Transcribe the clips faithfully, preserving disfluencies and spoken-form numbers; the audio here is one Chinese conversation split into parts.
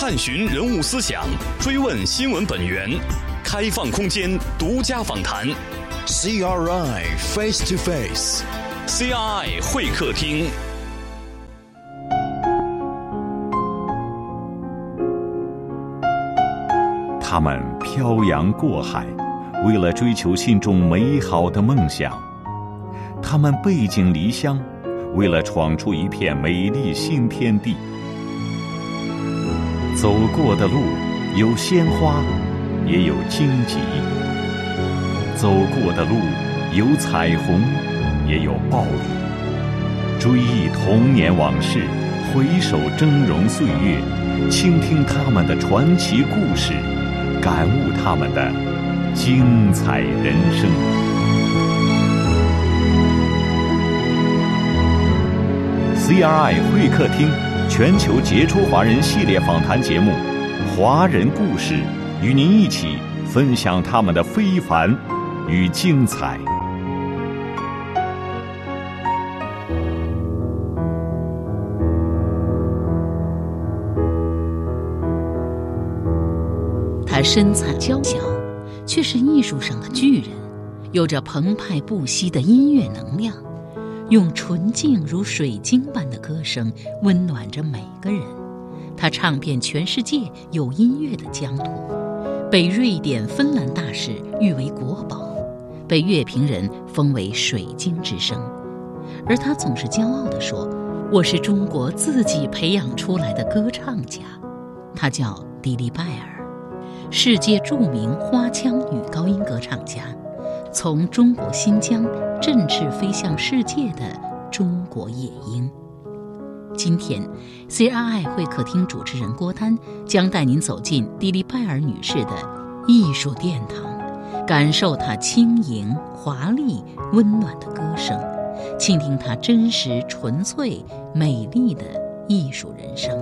探寻人物思想，追问新闻本源，开放空间，独家访谈。 C R I Face to Face，C R I 会客厅。 他们漂洋过海，为了追求心中美好的梦想；他们背井离乡，为了闯出一片美丽新天地。走过的路有鲜花，也有荆棘；走过的路有彩虹，也有暴雨。追忆童年往事，回首峥嵘岁月，倾听他们的传奇故事，感悟他们的精彩人生。C R I 会客厅全球杰出华人系列访谈节目《华人故事》，与您一起分享他们的非凡与精彩。 他身材娇小，却是艺术上的巨人，有着澎湃不息的音乐能量，用纯净如水晶般的歌声温暖着每个人。他唱遍全世界有音乐的疆土，被瑞典芬兰大使誉为国宝，被乐评人封为水晶之声。而他总是骄傲地说，我是中国自己培养出来的歌唱家。他叫迪丽拜尔，世界著名花腔女高音歌唱家，从中国新疆振翅飞向世界的中国夜莺。今天 C R I 会客厅主持人郭丹将带您走进迪丽拜尔女士的艺术殿堂，感受她轻盈华丽温暖的歌声，倾听她真实纯粹美丽的艺术人生。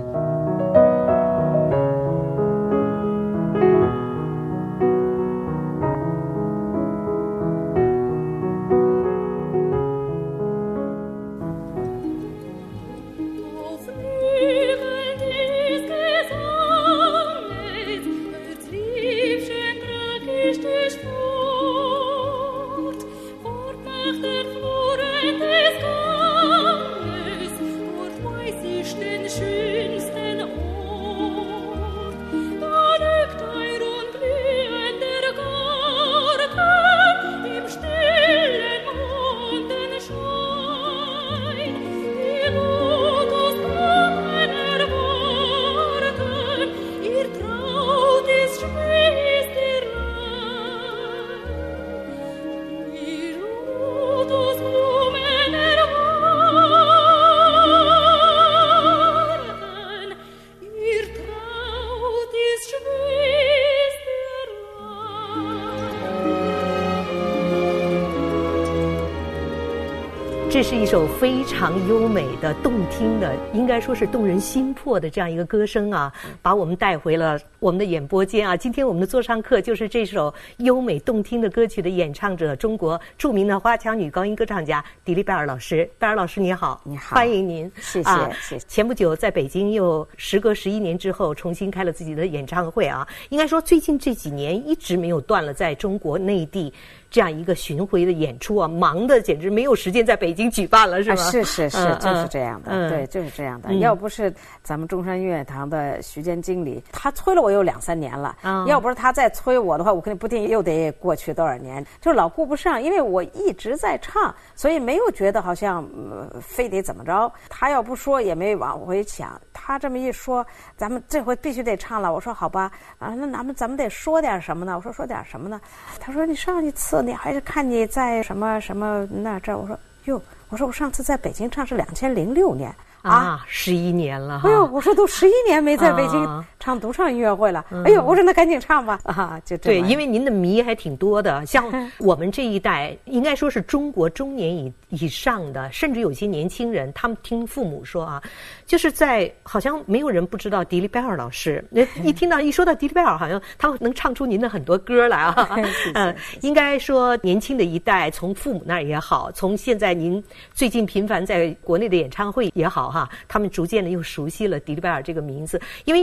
这是一首非常优美的、动听的，应该说是动人心魄的这样一个歌声啊，把我们带回了我们的演播间啊。今天我们的座上客就是这首优美动听的歌曲的演唱者，中国著名的花腔女高音歌唱家迪丽拜尔老师。拜尔老师你好。 你好， 欢迎您。 谢谢、啊、谢谢。 前不久在北京又时隔十一年之后重新开了自己的演唱会啊，应该说最近这几年一直没有断了在中国内地这样一个巡回的演出啊，忙的简直没有时间在北京举办了，是吗？ 啊、是是是、嗯，就是这样的， 嗯、 对，就是这样的、嗯。要不是咱们中山音乐堂的徐坚经理，他催了我有两三年了、嗯，要不是他再催我的话，我肯定不定又得过去多少年，就老顾不上，因为我一直在唱，所以没有觉得好像、呃、非得怎么着。他要不说也没往回想，他这么一说，咱们这回必须得唱了。我说好吧，啊，那咱们咱们得说点什么呢？我说说点什么呢？他说你上一次。你还是看你在什么什么那这，我说哟，我说我上次在北京唱是两千零六年啊，十一年了。 哎呦，我说都十一年没在北京唱独唱音乐会了。 嗯、 哎呦，我说那赶紧唱吧啊！就这对，因为您的迷还挺多的，像我们这一代，应该说是中国中年以以上的，甚至有些年轻人，他们听父母说啊，就是在好像没有人不知道迪丽拜尔老师。一听到一说到迪丽拜尔，好像他能唱出您的很多歌来啊。嗯，应该说年轻的一代，从父母那儿也好，从现在您最近频繁在国内的演唱会也好哈，他们逐渐的又熟悉了迪丽拜尔这个名字，因为您到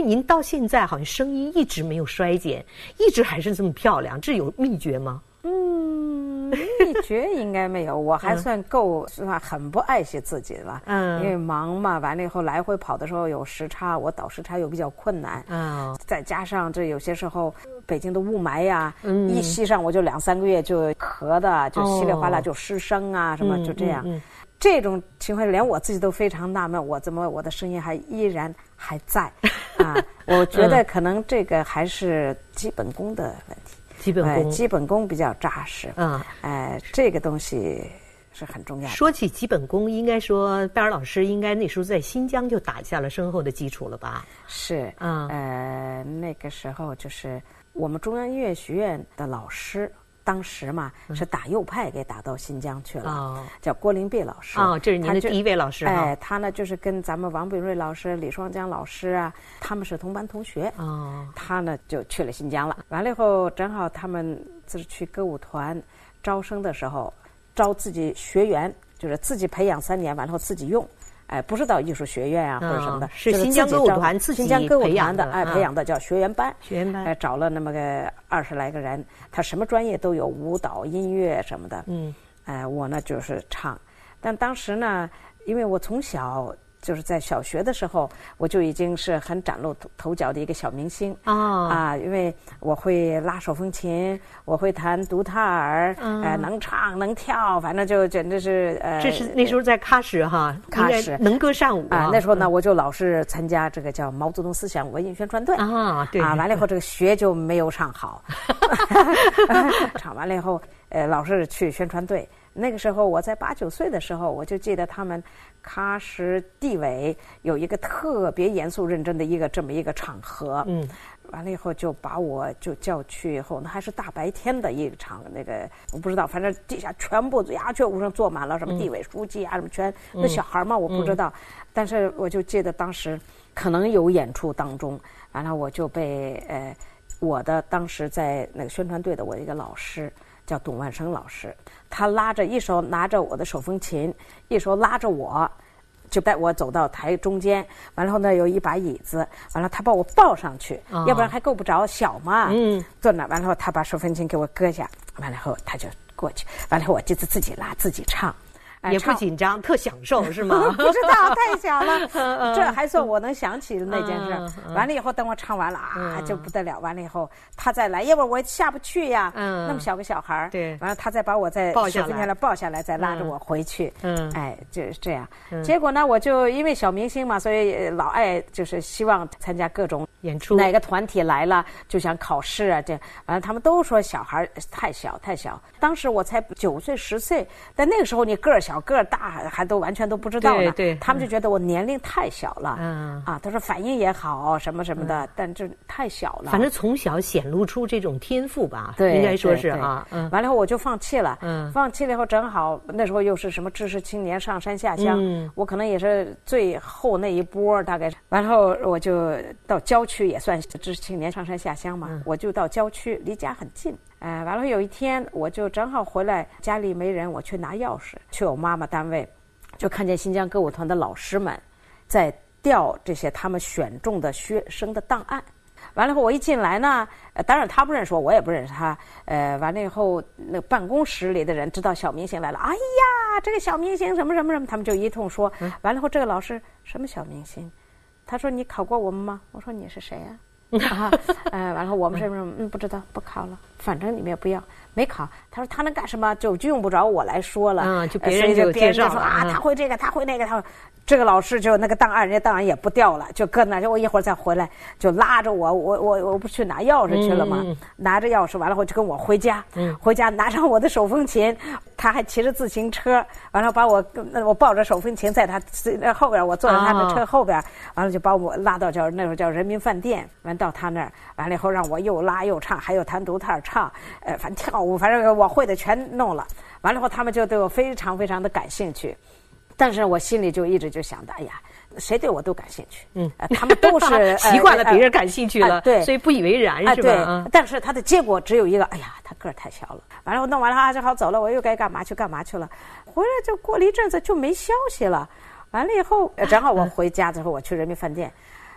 现在好像声音一直没有衰减，一直还是这么漂亮，这有秘诀吗？ 嗯，秘诀应该没有，我还算够，是吧？很不爱惜自己了，嗯，因为忙嘛，完了以后来回跑的时候有时差，我倒时差又比较困难，嗯，再加上这有些时候北京的雾霾呀，嗯，一吸上我就两三个月就咳的，就稀里哗啦就失声啊，什么就这样。这种情况连我自己都非常纳闷，我怎么我的声音还依然还在啊？我觉得可能这个还是基本功的问题。 基本功， 基本功比较扎实。嗯，哎，这个东西是很重要的。 说起基本功，应该说贝尔老师应该那时候在新疆就打下了深厚的基础了吧？ 是，嗯，呃，那个时候就是我们中央音乐学院的老师。当时嘛是打右派给打到新疆去了，哦、叫郭林弼老师。 哦，这是您的第一位老师。 哎，他呢就是跟咱们王炳瑞老师、李双江老师啊，他们是同班同学。哦，他呢就去了新疆了。完了以后，正好他们就是去歌舞团招生的时候，招自己学员，就是自己培养三年，完了后自己用。哎，不是到艺术学院啊或者什么的， 是新疆歌舞团自己新疆歌舞团的， 哎，培养的叫学员班。 学员班， 哎，找了那么个二十来个人，他什么专业都有，舞蹈、音乐什么的。嗯，哎，我呢就是唱，但当时呢，因为我从小就是在小学的时候，我就已经是很崭露头角的一个小明星啊啊！因为我会拉手风琴，我会弹独塔尔，嗯、呃，能唱能跳，反正就简直是呃。 这是那时候在喀什哈， 喀什能歌善舞啊。那时候呢，我就老是参加这个叫毛泽东思想文艺宣传队啊，对啊，完了以后这个学就没有上好，唱完了以后，呃，老是去宣传队。那个时候我在八九岁的时候，我就记得他们喀什地委有一个特别严肃认真的一个这么一个场合，嗯，完了以后就把我就叫去以后，那还是大白天的一场，那个我不知道，反正地下全部鸦雀无声坐满了什么地委书记啊，什么全那小孩嘛，我不知道，但是我就记得当时可能有演出当中，完了我就被呃我的当时在那个宣传队的我一个老师。叫董万生老师，他拉着一手拿着我的手风琴，一手拉着我，就带我走到台中间。完了后呢，有一把椅子，完了他把我抱上去，哦、要不然还够不着，小嘛。嗯，坐那，完了后他把手风琴给我搁下，完了后他就过去，完了后我就自己拉自己唱。 也不紧张，特享受是吗？ 不知道，太小了。这还算我能想起的那件事。完了以后，等我唱完了啊，就不得了。完了以后，他再来，要不然我下不去呀。嗯，那么小个小孩儿。 对。 完了，他再把我再抱下来， 抱下来，再拉着我回去。嗯。哎，就是这样。结果呢，我就因为小明星嘛，所以老爱就是希望参加各种演出。 哪个团体来了就想考试啊？这完了，他们都说小孩太小太小。当时我才九岁十岁，但那个时候你个儿小。小个儿大还都完全都不知道呢， 对对， 他们就觉得我年龄太小了，嗯啊，他说反应也好什么什么的，嗯、但这太小了。 反正从小显露出这种天赋吧， 对， 应该说是啊。 嗯，完了以后我就放弃了，嗯，放弃了以后正好那时候又是什么知识青年上山下乡，嗯，我可能也是最后那一波，大概完了后我就到郊区，也算知识青年上山下乡嘛，嗯、我就到郊区，离家很近。哎，完了有一天我就正好回来，家里没人，我去拿钥匙，去我妈妈单位，就看见新疆歌舞团的老师们在调这些他们选中的学生的档案。完了以后我一进来呢，呃，当然他不认识我，我也不认识他。呃，完了以后那办公室里的人知道小明星来了，哎呀，这个小明星什么什么什么，他们就一通说。嗯、完了以后这个老师什么小明星？他说你考过我们吗？我说你是谁呀、啊？啊，呃，完了我们是嗯不知道不考了，反正你们也不要，没考。他说他能干什么，就就用不着我来说了。 嗯，就别人就介绍说啊，他会这个，他会那个，他这个老师就那个档案，人家档案也不调了，就搁那，就我一会儿再回来，就拉着我，我我我不去拿钥匙去了吗？嗯、拿着钥匙，完了后就跟我回家，嗯、回家拿上我的手风琴，他还骑着自行车，完了把我我抱着手风琴在他后边，我坐在他的车后边，完了就把我拉到叫那时候叫人民饭店，完到他那儿，完了以后让我又拉又唱，还有弹独塔唱，呃，反正跳舞，反正我会的全弄了。完了以后，他们就对我非常非常的感兴趣。但是我心里就一直就想的，哎呀，谁对我都感兴趣，嗯，呃、他们都是习惯了别人感兴趣了， 呃呃、对， 所以不以为然， 呃、 是吧？ 对，但是他的结果只有一个，哎呀，他个儿太小了。完了，我弄完了啊，正好走了，我又该干嘛去干嘛去了。回来就过了一阵子就没消息了。完了以后，正好我回家之后，我去人民饭店，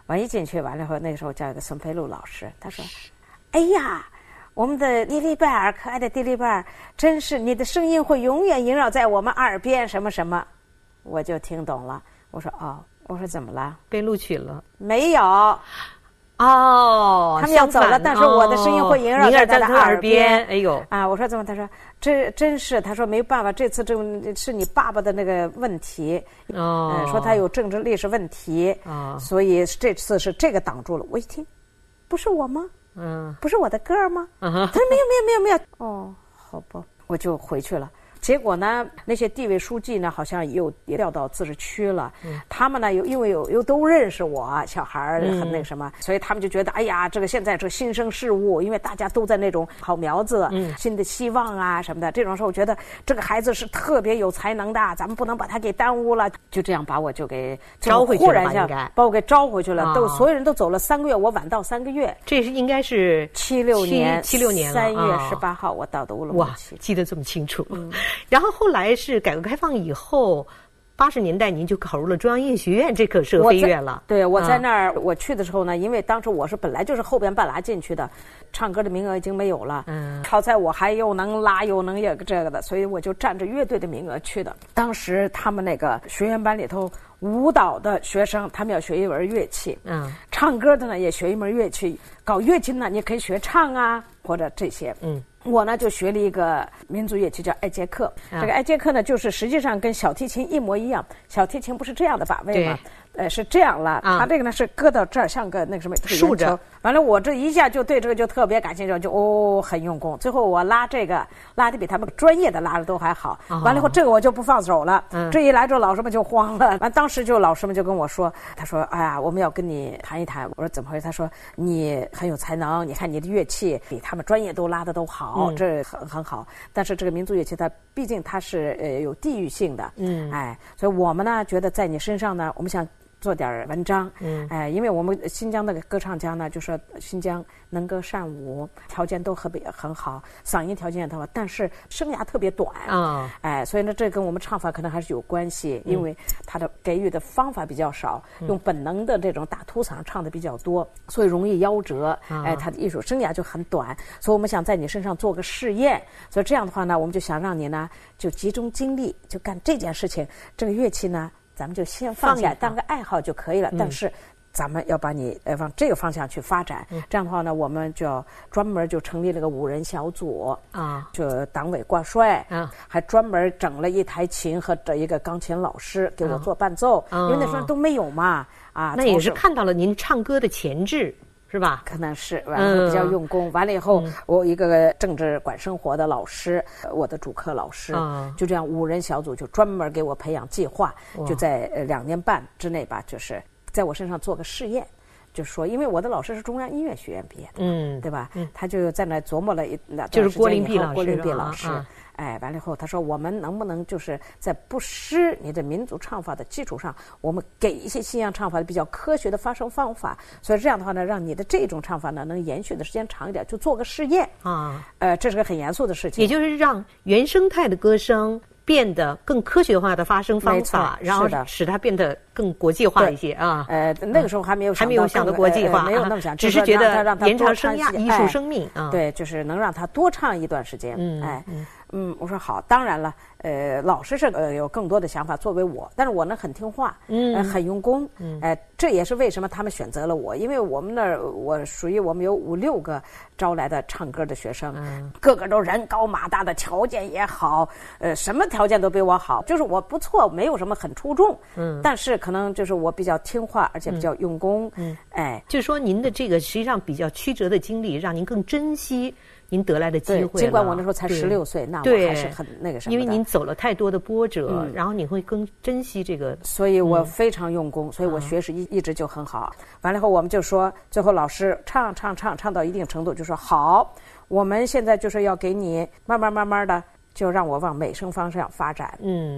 完一进去完了以后，那个时候叫一个孙飞路老师，他说：“哎呀，我们的迪丽拜尔，可爱的迪丽拜尔，真是你的声音会永远萦绕在我们耳边，什么什么。”我就听懂了，我说：“哦，我说怎么了？ 被录取了？ 没有。” 哦， 他们要走了，但是我的声音会萦绕在他的耳边。 哎呦啊！我说怎么？他说这真是，他说没办法，这次这是你爸爸的那个问题。哦、呃，说他有政治历史问题啊、哦，所以这次是这个挡住了。我一听，不是我吗？嗯，不是我的歌吗？嗯、他说没有没有没有没有。哦，好吧，我就回去了。结果呢，那些地委书记呢，好像又也调到自治区了。嗯、他们呢，又因为有又都认识我，小孩儿很那个什么、嗯，所以他们就觉得，哎呀，这个现在这个新生事物，因为大家都在那种好苗子、嗯、新的希望啊什么的，这种时候我觉得这个孩子是特别有才能的，咱们不能把他给耽误了。就这样把我就给招回去了， 忽然间把我给招回去了，哦、都所有人都走了三个月，我晚到三个月。 这是应该是七六年七六年三月十八号我到的乌鲁木齐。 哇，记得这么清楚。嗯、然后后来。是改革开放以后，八十年代您就考入了中央音乐学院，这可是个飞跃了。 对，我在那儿、啊，我去的时候呢，因为当时我是本来就是后边半拉进去的，唱歌的名额已经没有了。嗯，好在我还又能拉又能这个这个的，所以我就占着乐队的名额去的。当时他们那个学员班里头，舞蹈的学生他们要学一门乐器，嗯，唱歌的呢也学一门乐器，搞乐器呢你可以学唱啊或者这些，嗯。我呢就学了一个民族乐器叫艾捷克、啊、这个艾捷克呢就是实际上跟小提琴一模一样，小提琴不是这样的把位吗？呃，是这样了、啊、它这个呢是搁到这儿像个那个什么竖着， 完了我这一下就对这个就特别感兴趣，就哦很用功，最后我拉这个拉的比他们专业的拉的都还好、哦、完了以后这个我就不放手了、嗯、这一来之后老师们就慌了，完当时就老师们就跟我说，他说哎呀我们要跟你谈一谈，我说怎么回事？他说你很有才能，你看你的乐器比他们专业都拉的都好、嗯、这很很好，但是这个民族乐器它毕竟它是呃有地域性的，嗯，哎，所以我们呢觉得在你身上呢我们想做点文章，嗯，哎，因为我们新疆的歌唱家呢，就说新疆能歌善舞，条件都很很好，嗓音条件也很好，但是生涯特别短啊、哦，哎，所以呢，这跟我们唱法可能还是有关系，嗯、因为他的给予的方法比较少，嗯、用本能的这种大突嗓唱的比较多，所以容易夭折，哦、哎，他的艺术生涯就很短，所以我们想在你身上做个试验，所以这样的话呢，我们就想让你呢就集中精力就干这件事情，这个乐器呢。咱们就先放下当个爱好就可以了，嗯、但是咱们要把你呃往这个方向去发展、嗯、这样的话呢我们就要专门就成立了个五人小组啊，就党委挂帅啊，还专门整了一台琴和这一个钢琴老师给我做伴奏、啊、因为那时候都没有嘛啊， 那也是看到了您唱歌的潜质是吧？ 可能是完了比较用功、嗯、完了以后、嗯、我一个政治管生活的老师，我的主课老师、嗯、就这样五人小组就专门给我培养计划，就在呃两年半之内吧，就是在我身上做个试验，就说因为我的老师是中央音乐学院毕业的，嗯，对吧？嗯，他就在那琢磨了一那就是郭林碧老师， 郭林碧老师。啊哎，完了以后，他说我们能不能就是在不失你的民族唱法的基础上，我们给一些西洋唱法的比较科学的发声方法，所以这样的话呢，让你的这种唱法呢能延续的时间长一点，就做个试验啊。呃，这是个很严肃的事情， 也就是让原生态的歌声变得更科学化的发声方法，然后使它变得更国际化一些啊。 呃，那个时候还没有还没有想到国际化， 呃、没有那么想， 只是觉得延长生涯、艺术生命啊。 对，就是能让他多唱一段时间。嗯，哎。嗯嗯，我说好，当然了，呃，老师是呃有更多的想法作为我，但是我呢很听话，嗯、呃，很用功，嗯，哎、呃，这也是为什么他们选择了我，因为我们那儿我属于我们有五六个招来的唱歌的学生，嗯，个个都人高马大的，条件也好，呃，什么条件都比我好，就是我不错，没有什么很出众，嗯，但是可能就是我比较听话，而且比较用功，嗯，哎， 就是说您的这个实际上比较曲折的经历，让您更珍惜您得来的机会， 尽管我那时候才十六岁，那我还是很那个什么的。 因为您走了太多的波折，嗯、然后你会更珍惜这个。 所以我非常用功，嗯、所以我学识一一直就很好。完了以后，我们就说，最后老师唱唱唱唱到一定程度，就说好，我们现在就是要给你慢慢慢慢的，就让我往美声方向发展。嗯。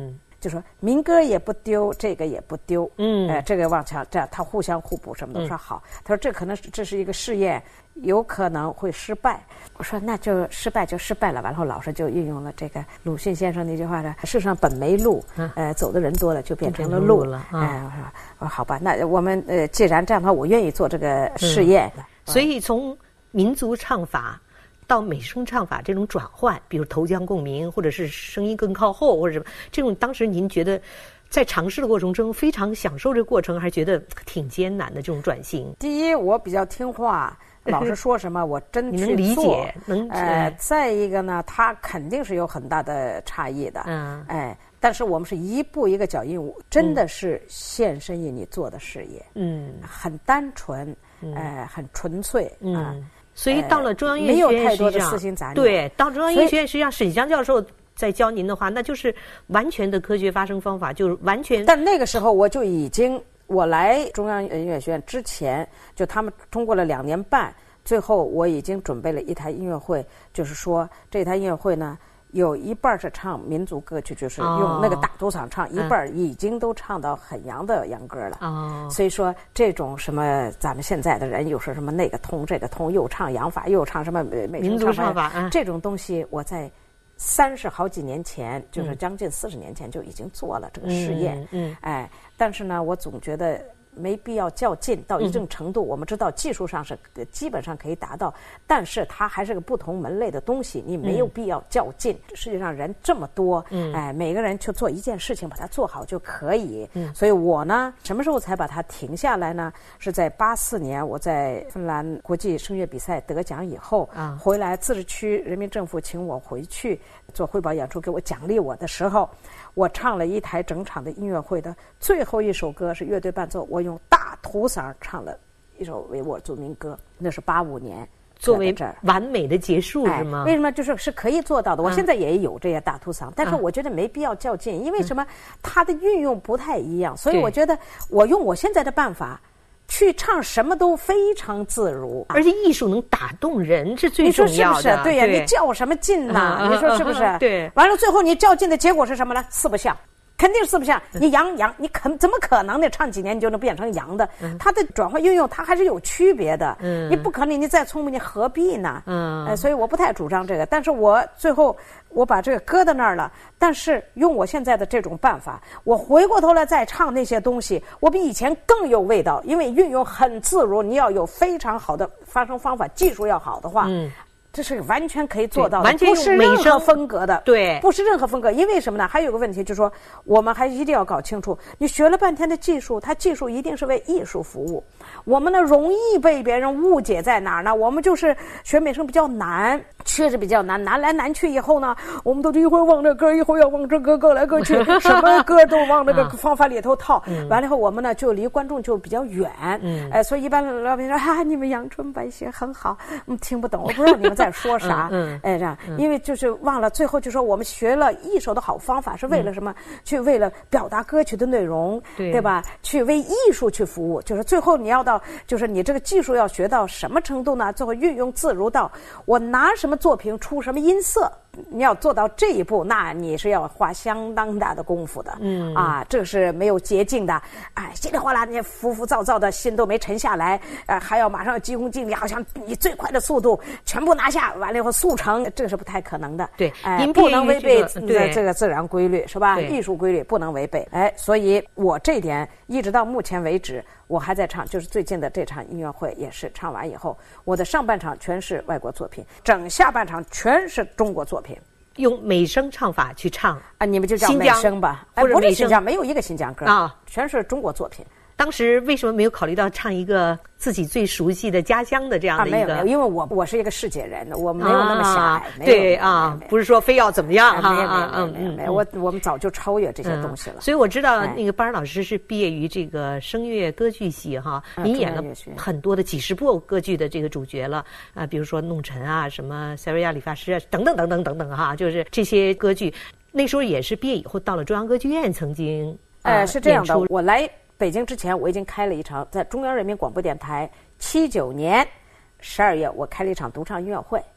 就说民歌也不丢，这个也不丢， 嗯， 哎、呃，这个往前这样，他互相互补，什么都说好。嗯、他说这可能是这是一个试验，有可能会失败。我说那就失败就失败了。完后老师就运用了这个鲁迅先生那句话呢：世上本没路，嗯、呃，走的人多了就变成了路了。 哎、嗯，我说我说好吧，那我们呃，既然这样的话，我愿意做这个试验。 嗯、所以从民族唱法到美声唱法这种转换，比如头腔共鸣，或者是声音更靠后，或者什么这种，当时您觉得在尝试的过程中非常享受这个过程，还觉得挺艰难的这种转型？ 第一，我比较听话。老师说什么，我真去做， 能理解，能呃，再一个呢，它肯定是有很大的差异的，嗯，哎，但是我们是一步一个脚印，真的是献身于你做的事业，嗯，很单纯，嗯、呃，很纯粹，嗯。啊所以到了中央音乐学院， 没有太多的私心杂念。 对，到中央音乐学院，实际上沈湘教授在教您的话，那就是完全的科学发声方法，就是完全。 但那个时候我就已经，我来中央音乐学院之前，就他们通过了两年半，最后我已经准备了一台音乐会，就是说这台音乐会呢。有一半是唱民族歌曲，就是用那个大赌场唱，哦、一半已经都唱到很洋的洋歌了。哦，所以说这种什么咱们现在的人又说什么那个通这个通，又唱洋法，又唱什么美民族唱法， 嗯、这种东西我在三十好几年前，就是将近四十年前就已经做了这个试验。嗯，嗯哎，但是呢，我总觉得。没必要较劲到一定程度，嗯、我们知道技术上是基本上可以达到，但是它还是个不同门类的东西，你没有必要较劲。嗯、世界上人这么多，嗯、哎，每个人去做一件事情，把它做好就可以。嗯、所以我呢，什么时候才把它停下来呢？是在八四年，我在芬兰国际声乐比赛得奖以后，啊、回来自治区人民政府请我回去做汇报演出，给我奖励我的时候。我唱了一台整场的音乐会的最后一首歌是乐队伴奏，我用大土嗓唱了一首维吾尔族民歌，那是八五年， 作为完美的结束是吗？ 哎、为什么就是是可以做到的？我现在也有这些大土嗓，嗯、但是我觉得没必要较劲，因为什么？它的运用不太一样，所以我觉得我用我现在的办法。去唱什么都非常自如， 而且艺术能打动人是最重要的。 你说是不是？对呀、啊，你较什么劲呐？ 嗯、 你说是不是？ 嗯、对。 完了，最后你较劲的结果是什么呢？四不像。肯定四不像，你洋洋，你肯怎么可能呢？唱几年你就能变成洋的？嗯、它的转换运用，它还是有区别的。嗯，你不可能，你再聪明，你何必呢？嗯，呃，所以我不太主张这个。但是我最后我把这个搁在那儿了。但是用我现在的这种办法，我回过头来再唱那些东西，我比以前更有味道，因为运用很自如。你要有非常好的发声方法，技术要好的话。嗯。这是完全可以做到的， 完全不是任何风格的， 对， 不是任何风格。因为什么呢？还有个问题就是说，我们还一定要搞清楚，你学了半天的技术，它技术一定是为艺术服务。我们呢，容易被别人误解在哪儿呢？我们就是学美声比较难，确实比较难，难来难去以后呢，我们都一会儿往这歌，一会儿要往这歌，各来各去，什么歌都往那个方法里头套。嗯、完了以后，我们呢就离观众就比较远。嗯，哎、呃，所以一般老百姓说哈、啊，你们阳春白雪很好，嗯，听不懂，我不知道你们在说啥。嗯，嗯哎，这样，嗯、因为就是忘了，最后就说我们学了一手的好方法，是为了什么？嗯、去为了表达歌曲的内容，对，对吧？去为艺术去服务，就是最后你要到，就是你这个技术要学到什么程度呢？最后运用自如到我拿什么作品出什么音色。你要做到这一步，那你是要花相当大的功夫的。嗯啊，这是没有捷径的。哎，稀里哗啦，你浮浮躁躁的心都没沉下来，呃，还要马上急功近利，好像以最快的速度全部拿下，完了以后速成，这个是不太可能的。 对， 哎，您不能违背这个这个自然规律，是吧？艺术规律不能违背。哎，所以我这点一直到目前为止。我还在唱，就是最近的这场音乐会也是唱完以后，我的上半场全是外国作品，整下半场全是中国作品， 用美声唱法去唱啊，你们就叫美声吧，哎，不是新疆，没有一个新疆歌啊，全是中国作品。 当时为什么没有考虑到唱一个自己最熟悉的家乡的这样的一个？ 啊、没有没有，因为我我是一个世界人，我没有那么狭隘。 啊对啊，不是说非要怎么样哈。 没有没有没有没有，我我们早就超越这些东西了。 嗯、所以我知道那个巴尔老师是毕业于这个声乐歌剧系哈，您、嗯、演了很多的几十部歌剧的这个主角了啊，比如说《弄臣》啊，什么《塞维亚理发师》啊，等等等等等等哈，就是这些歌剧。那时候也是毕业以后到了中央歌剧院，曾经呃, 呃是这样的，我来。北京之前我已经开了一场，在中央人民广播电台七九年十二月，我开了一场独唱音乐会。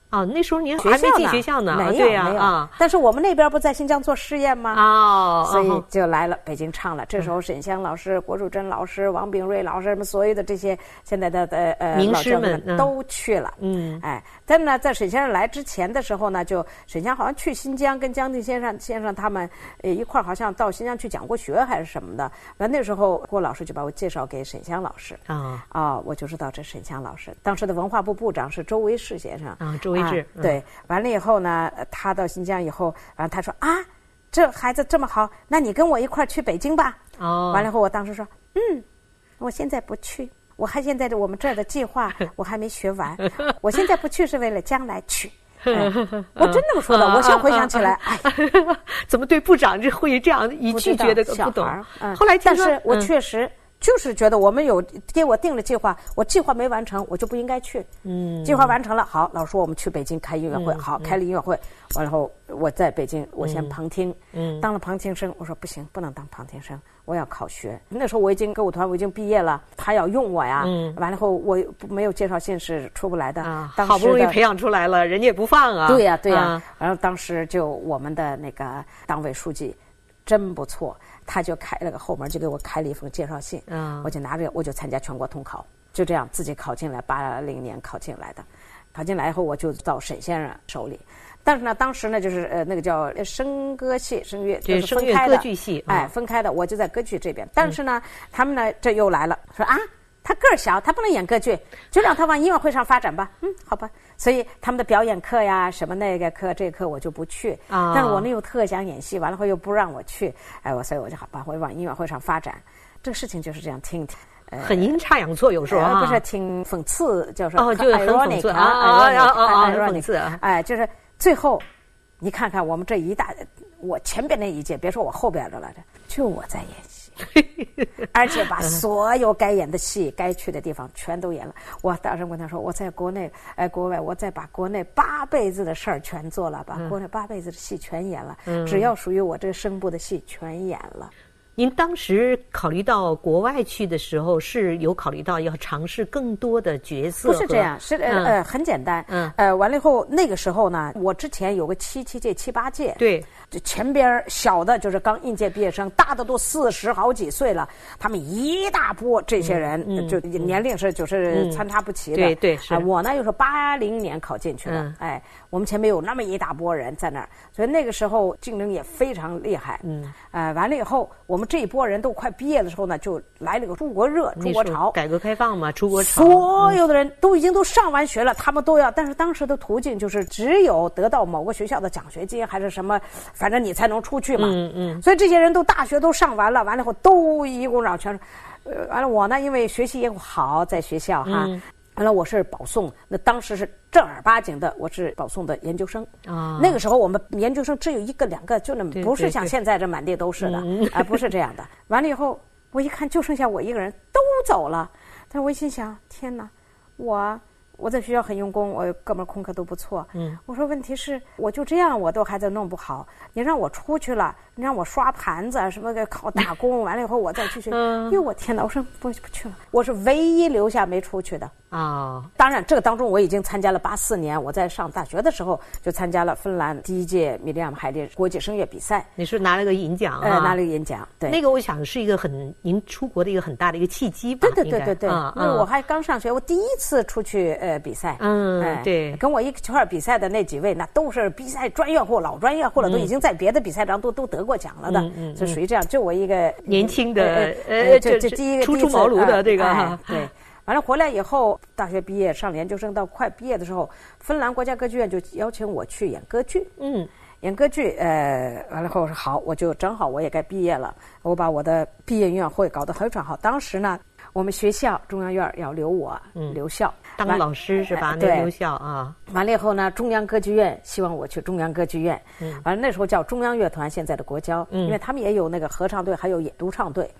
哦，那时候您还没进学校呢， 没有， 对呀， 没有啊。 但是我们那边不在新疆做试验吗？ 哦， 所以就来了北京唱了。这时候沈湘老师、郭树珍老师、王炳瑞老师，什么所有的这些现在的呃呃名师们都去了。嗯，哎，但是呢，在沈先生来之前的时候呢，就沈湘好像去新疆跟江定先生先生他们呃一块儿，好像到新疆去讲过学还是什么的。完那时候郭老师就把我介绍给沈湘老师啊啊，我就知道这沈湘老师。当时的文化部部长是周维世先生啊，周维世、 啊、对。完了以后呢，他到新疆以后，然后他说啊，这孩子这么好，那你跟我一块儿去北京吧。哦。完了以后，我当时说，嗯，我现在不去，我还现在我们这儿的计划我还没学完，我现在不去是为了将来去。哎、我真这么说的，我现在回想起来，哎， 怎么对部长这会这样一拒绝的不懂？ 嗯、 后来听说， 但是我确实。嗯就是觉得我们有给我定了计划，我计划没完成，我就不应该去。嗯，计划完成了，好，老师说我们去北京开音乐会，嗯、好，开了音乐会，完了后我在北京，我先旁听，嗯，当了旁听生，我说不行，不能当旁听生，我要考学。那时候我已经歌舞团我已经毕业了，他要用我呀，嗯，完了后我没有介绍信是出不来的， 啊，好不容易培养出来了，人家也不放啊。 对呀、啊、对呀、啊，然后当时就我们的那个党委书记。真不错，他就开了个后门，就给我开了一封介绍信，嗯，我就拿着，我就参加全国统考，就这样自己考进来，八零年考进来的，考进来以后我就到沈先生手里，但是呢，当时呢就是呃那个叫声歌系声乐， 对，声乐歌剧系， 哎，分开的，我就在歌剧这边，但是呢，嗯、他们呢这又来了，说啊。他个儿小，他不能演歌剧，就让他往音乐会上发展吧。嗯，好吧。所以他们的表演课呀，什么那个课、这课我就不去。啊。但是我呢又特想演戏，完了后又不让我去，哎，我所以我就好吧，我往音乐会上发展。这个事情就是这样，挺呃很阴差阳错，有时候啊， 不是挺讽刺，就是哦，就很讽刺啊啊啊啊，讽刺啊， 哎，就是最后，你看看我们这一大，我前边那一届，别说我后边的了，就我在演戏。而且把所有该演的戏、该去的地方全都演了。我当时跟他说，我在国内、哎国外，我再把国内八辈子的事儿全做了，把国内八辈子的戏全演了，嗯、只要属于我这声部的戏全演了。 您当时考虑到国外去的时候，是有考虑到要尝试更多的角色？ 不是这样，是呃、嗯、呃很简单。嗯，呃完了以后，那个时候呢，我之前有个七七届、七八届。 对。 就前边小的就是刚应届毕业生，大的都四十好几岁了，他们一大波这些人，嗯嗯、就年龄是就是参差不齐的。 嗯、对对是、 呃。我呢又是八零年考进去的，嗯、哎，我们前面有那么一大波人在那儿，所以那个时候竞争也非常厉害。嗯。呃，完了以后，我们这一波人都快毕业的时候呢，就来了个出国热、出国潮。 改革开放嘛，出国潮。 所有的人都已经都上完学了，他们都要，但是当时的途径就是只有得到某个学校的奖学金还是什么。反正你才能出去嘛，嗯嗯，所以这些人都大学都上完了，完了以后都一股脑全，呃，完了我呢，因为学习也好，在学校哈，嗯、完了我是保送，那当时是正儿八经的，我是保送的研究生啊。那个时候我们研究生只有一个两个，就那么不是像现在这满地都是的，啊、呃，不是这样的。完了以后，我一看就剩下我一个人，都走了。但我一心想，天哪，我。我在学校很用功，我哥们儿功课都不错。嗯，我说问题是，我就这样，我都还在弄不好。你让我出去了，你让我刷盘子什么的，靠打工，完了以后我再去学。嗯，哟，我天哪！我说不不去了。我是唯一留下没出去的。啊、哦，当然这个当中我已经参加了八四年，我在上大学的时候就参加了芬兰第一届米利亚姆海利国际声乐比赛。 你是拿了个银奖啊？ 呃，拿了个银奖。对， 那个我想是一个很您出国的一个很大的一个契机吧？ 对对对对对。嗯，因为我还刚上学，我第一次出去呃比赛。 嗯，哎、对， 跟我一块比赛的那几位，那都是比赛专业户、老专业户了，嗯、都已经在别的比赛上都都得过奖了的，嗯嗯、就属于这样。就我一个年轻的， 呃，呃就就第一个初出茅庐的这个， 哎、对。完了回来以后，大学毕业上研究生，到快毕业的时候，芬兰国家歌剧院就邀请我去演歌剧。嗯，演歌剧，呃，完了后我说好，我就正好我也该毕业了，我把我的毕业音乐会搞得非常好。当时呢，我们学校中央院要留我，嗯，留校当老师是吧？ 对， 留校啊。 完了以后呢，中央歌剧院希望我去中央歌剧院。嗯，完了那时候叫中央乐团，现在的国交，嗯，因为他们也有那个合唱队，还有演独唱队。嗯。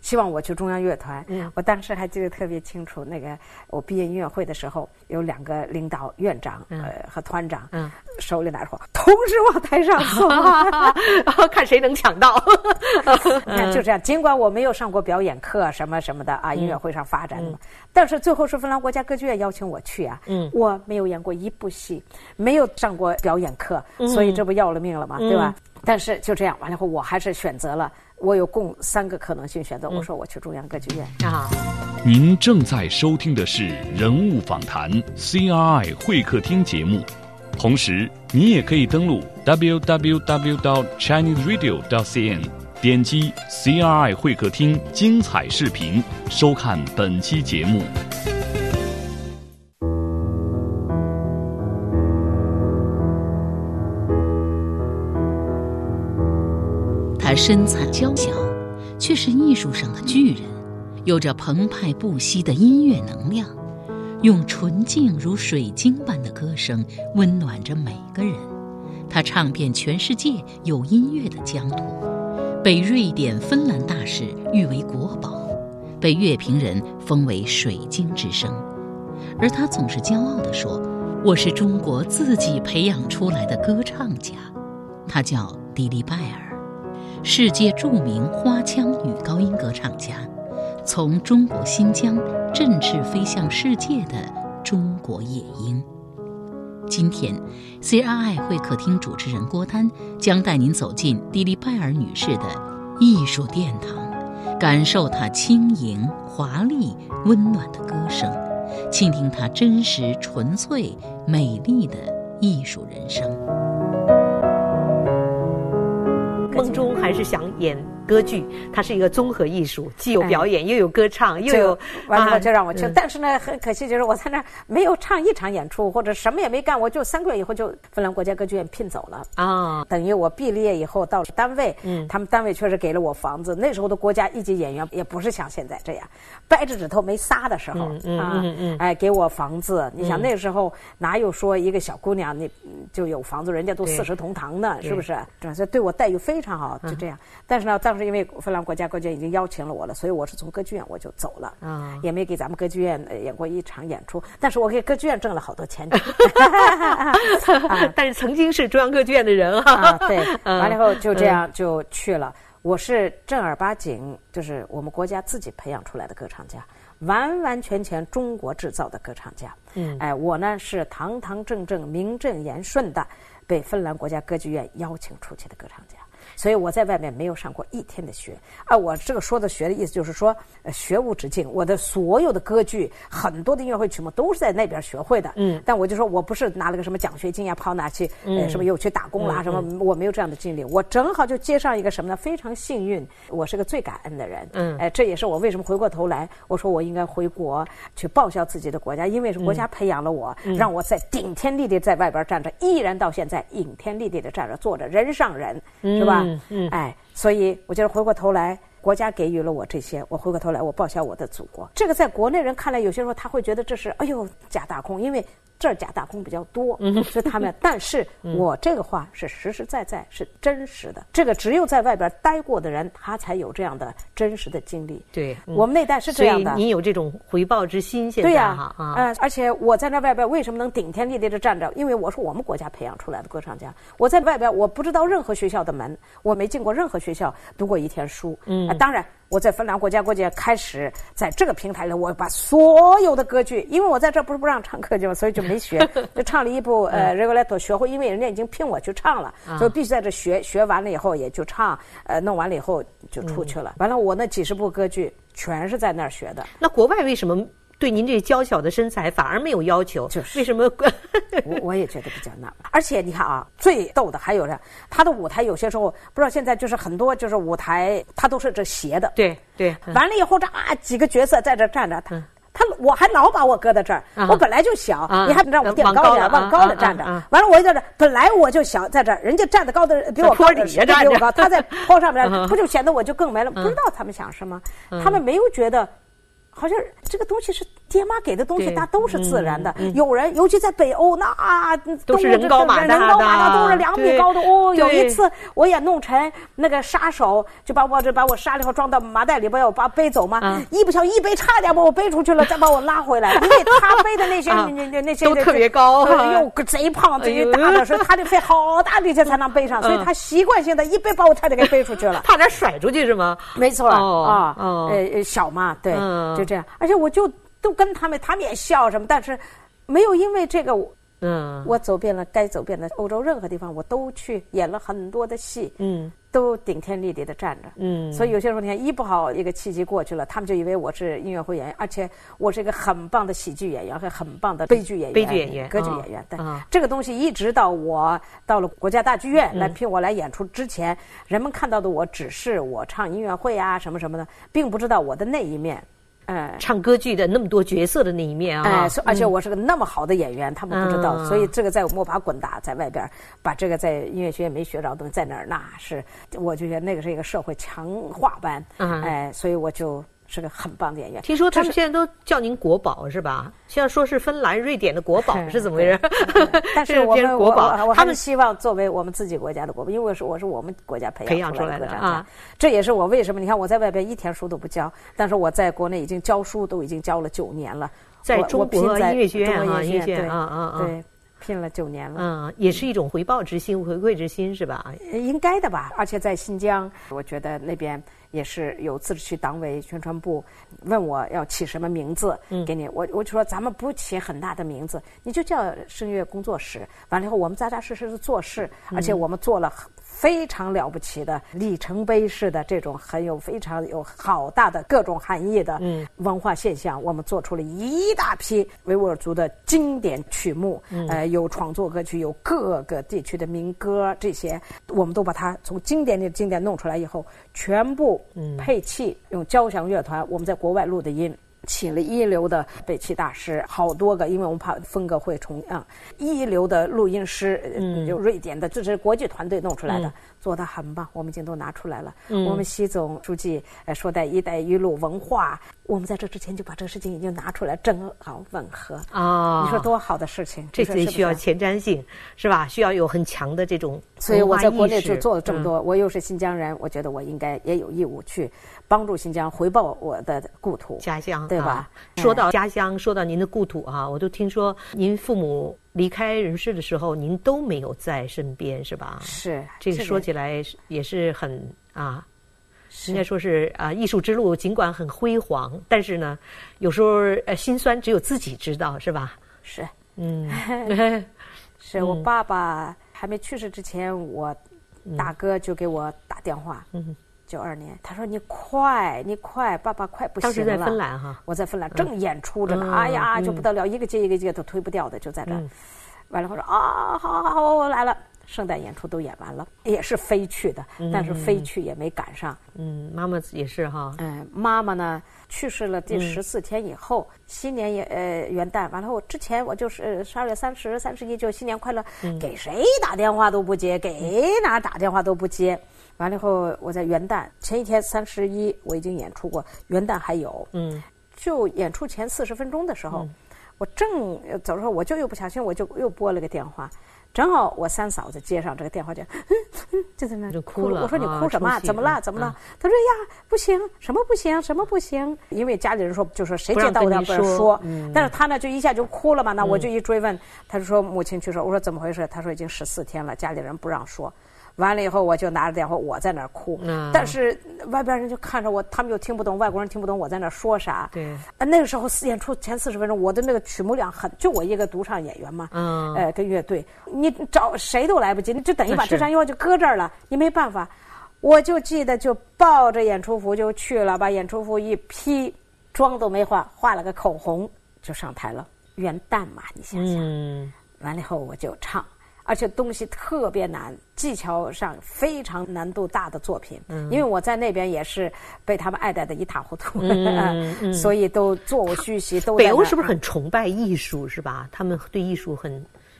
希望我去中央乐团。嗯，我当时还记得特别清楚，那个我毕业音乐会的时候，有两个领导，院长、嗯、呃和团长，嗯，手里拿着火，同时往台上送， 看谁能抢到。 你看就这样，尽管我没有上过表演课什么什么的啊，音乐会上发展的嘛，嗯、但是最后是芬兰国家歌剧院邀请我去啊，嗯，我没有演过一部戏，没有上过表演课，嗯、所以这不要了命了嘛，嗯、对吧？但是就这样完了后，我还是选择了，我有共三个可能性选择，我说我去中央歌剧院啊。 您正在收听的是人物访谈 C R I 会客厅节目，同时你也可以登录 w w w 点 chinese radio 点 c n， 点击 C R I 会客厅精彩视频，收看本期节目。 他身材娇小，却是艺术上的巨人，有着澎湃不息的音乐能量，用纯净如水晶般的歌声温暖着每个人。他唱遍全世界有音乐的疆土，被瑞典、芬兰大使誉为国宝，被乐评人封为水晶之声。而他总是骄傲地说：“我是中国自己培养出来的歌唱家。”他叫迪丽拜尔，世界著名花腔女高音歌唱家，从中国新疆振翅飞向世界的中国夜莺。今天 C R I 会客厅主持人郭丹将带您走进迪丽拜尔女士的艺术殿堂，感受她轻盈、华丽、温暖的歌声，倾听她真实、纯粹、美丽的艺术人生。 梦中还是想演歌剧，它是一个综合艺术，既有表演、哎、又有歌唱，又有完了就让我去、啊、但是呢很可惜，就是我在那儿没有唱一场演出，或者什么也没干，我就三个月以后就芬兰国家歌剧院聘走了啊。等于我毕了业以后到单位，嗯，他们单位确实给了我房子。那时候的国家一级演员也不是像现在这样掰着指头没仨的时候、嗯嗯、啊，嗯嗯哎，给我房子。你想那时候哪有说一个小姑娘你就有房子，人家都四世同堂呢，是不是？所以对我待遇非常好，就这样。嗯、但是呢，当时因为芬兰国家歌剧院已经邀请了我了，所以我是从歌剧院我就走了，啊，也没给咱们歌剧院演过一场演出，但是我给歌剧院挣了好多钱。 啊、但是曾经是中央歌剧院的人啊， 啊对，完了以后就这样就去了。我是正儿八经，就是我们国家自己培养出来的歌唱家，完完全全中国制造的歌唱家。嗯，哎，我呢是堂堂正正、名正言顺的被芬兰国家歌剧院邀请出去的歌唱家。所以我在外面没有上过一天的学啊！我这个说的学的意思就是说，呃，学无止境。我的所有的歌剧，很多的音乐会曲目都是在那边学会的。嗯，但我就说我不是拿了个什么奖学金呀，跑哪去，呃，什么又去打工啦，什么，我没有这样的经历。我正好就接上一个什么呢？非常幸运，我是个最感恩的人。嗯，哎，这也是我为什么回过头来，我说我应该回国去报效自己的国家，因为是国家培养了我，嗯、让我在顶天立地在外边站着，依然到现在顶天立地的站着，做着人上人，是吧？嗯嗯，哎，所以我觉得回过头来，国家给予了我这些，我回过头来，我报效我的祖国。这个在国内人看来，有些时候他会觉得这是哎呦假大空，因为这儿假大空比较多，嗯，所以他们。但是我这个话是实实在在，是真实的。这个只有在外边待过的人，他才有这样的真实的经历。 对， 嗯、我们那代是这样的。 所以你有这种回报之心，现在对呀，啊，嗯、呃，而且我在那外边为什么能顶天立地的站着？因为我是我们国家培养出来的歌唱家。我在外边我不知道任何学校的门，我没进过任何学校读过一天书。嗯，呃、当然。我在芬兰国家歌剧院开始在这个平台里，我把所有的歌剧，因为我在这不是不让唱歌剧嘛，所以就没学，就唱了一部呃《Rigoletto》学会，因为人家已经聘我去唱了，所以必须在这学，学完了以后也就唱，呃，弄完了以后就出去了。完了，我那几十部歌剧全是在那儿学的。 那国外为什么对您这娇小的身材反而没有要求？ 就是为什么？ 我我也觉得比较纳闷。而且你看啊，最逗的还有呢，他的舞台有些时候不知道现在就是很多就是舞台，他都是这斜的。 对对。 嗯、完了以后这啊几个角色在这站着，他。嗯他我还老把我搁在这儿， 啊、 我本来就小， 啊、 你还让我垫高点，往高了站着。完了，我就在这，本来我就小，在这儿，人家站得高的比我高， 底下站比我高，他在坡上面，不就显得我就更没了？不知道他们想什么，他们没有觉得好像这个东西是爹妈给的东西，它都是自然的。嗯嗯、有人，尤其在北欧，那都是人高马大的， 人高马大都是两米高的。哦，有一次我也弄成那个杀手，就把我这把我杀了以后装到麻袋里边，我把背走嘛，嗯、一不小心一背差点把我背出去了，再把我拉回来，因为他背的那些那那那些都特别高， 又贼胖贼大的，所以他得费好大力气才能背上，所以他习惯性的一背把我差点给背出去了， 差点甩出去是吗？ 没错啊，呃小嘛，对，就这样，而且我就。都跟他们，他们也笑什么，但是没有因为这个，嗯，我走遍了该走遍的欧洲任何地方，我都去演了很多的戏，嗯，都顶天立地的站着，嗯，所以有些时候你看，一不好一个契机过去了，他们就以为我是音乐会演员，而且我是一个很棒的喜剧演员和很棒的悲剧演员、 悲剧演员、 歌剧演员。但这个东西一直到我到了国家大剧院来聘我来演出之前，人们看到的我只是我唱音乐会啊什么什么的，并不知道我的那一面。 呃，唱歌剧的那么多角色的那一面啊， 哎，而且我是个那么好的演员，嗯、他们不知道，嗯、所以这个在我摸爬滚打，在外边把这个在音乐学院没学着的东西在那儿，那是我就觉得那个是一个社会强化班，嗯、哎，所以我就。是个很棒的演员。 听说他们现在都叫您国宝是吧？现在说是芬兰、瑞典的国宝是怎么回事？ 但是我们国宝，他们希望作为我们自己国家的国宝，因为是我是我们国家培养出来的啊。这也是我为什么你看我在外边一天书都不教，但是我在国内已经教书都已经教了九年了， 在中国音乐学院啊， 音乐学院啊啊啊，对。拼了九年了， 嗯，也是一种回报之心、回馈之心，是吧？ 应该的吧。而且在新疆，我觉得那边也是有自治区党委宣传部问我要起什么名字给你，嗯、我我就说咱们不起很大的名字，你就叫声乐工作室。完了以后，我们扎扎实实的做事，而且我们做了非常了不起的里程碑式的这种很有非常有好大的各种含义的文化现象，我们做出了一大批维吾尔族的经典曲目，嗯、呃，有创作歌曲，有各个地区的民歌，这些我们都把它从经典的经典弄出来以后，全部配器，用交响乐团，我们在国外录的音。请了一流的北器大师，好多个，因为我们怕风格会重样，一流的录音师，嗯，就瑞典的，这是国际团队弄出来的，嗯、做得很棒，我们已经都拿出来了。嗯、我们习总书记呃说的一带一路文化，我们在这之前就把这个事情已经拿出来，正好吻合啊！哦、你说多好的事情， 这得需要前瞻性，是吧？需要有很强的这种。 所以我在国内就做了这么多，嗯、我又是新疆人，我觉得我应该也有义务去帮助新疆回报我的故土家乡。 对吧？ 啊、说到家乡，说到您的故土啊，我都听说您父母离开人世的时候，您都没有在身边，是吧？ 是， 这个说起来也是很啊，应该说是啊，艺术之路尽管很辉煌，但是呢，有时候呃心酸只有自己知道，是吧？ 是， 嗯， 是我爸爸还没去世之前，我大哥就给我打电话。嗯。九二年，他说：“你快，你快，爸爸快不行了。” 当时在芬兰哈， 我在芬兰正演出着呢，嗯、哎呀，就不得了，嗯、一个接一个接都推不掉的，就在这儿。嗯、完了，我说啊，好好好，我来了。圣诞演出都演完了，也是飞去的，嗯、但是飞去也没赶上。 嗯，妈妈也是哈。 嗯，妈妈呢去世了第十四天以后，嗯、新年也呃元旦完了后，之前我就是十二月三十、三十一就新年快乐，嗯、给谁打电话都不接，给哪儿打电话都不接。完了以后，我在元旦前一天三十一我已经演出过，元旦还有，嗯，就演出前四十分钟的时候，嗯、我正走的时候，我就又不小心，我就又拨了个电话，正好我三嫂子接上这个电话就，嗯嗯，就在那就哭了。 我说你哭什么？啊、怎么了？怎么了？啊、他说呀，不行，什么不行，什么不行？因为家里人说，就说谁接到我要不让说，嗯、但是他呢就一下就哭了嘛，那我就一追问，嗯、他就说母亲去世。我说怎么回事？他说已经十四天了，家里人不让说。完了以后，我就拿着电话，我在那儿哭，嗯、但是外边人就看着我，他们又听不懂，外国人听不懂我在那儿说啥。 对， 啊，那个时候演出前四十分钟，我的那个曲目量很，就我一个独唱演员嘛，嗯，呃，跟乐队，你找谁都来不及，你就等于把这场音乐就搁这儿了，你没办法。我就记得就抱着演出服就去了，把演出服一披，妆都没化，画了个口红就上台了。元旦嘛，你想想，嗯、完了以后我就唱。而且东西特别难，技巧上非常难度大的作品。嗯，因为我在那边也是被他们爱戴的一塌糊涂，嗯嗯、所以都座无虚席。都北欧是不是很崇拜艺术？是吧？他们对艺术很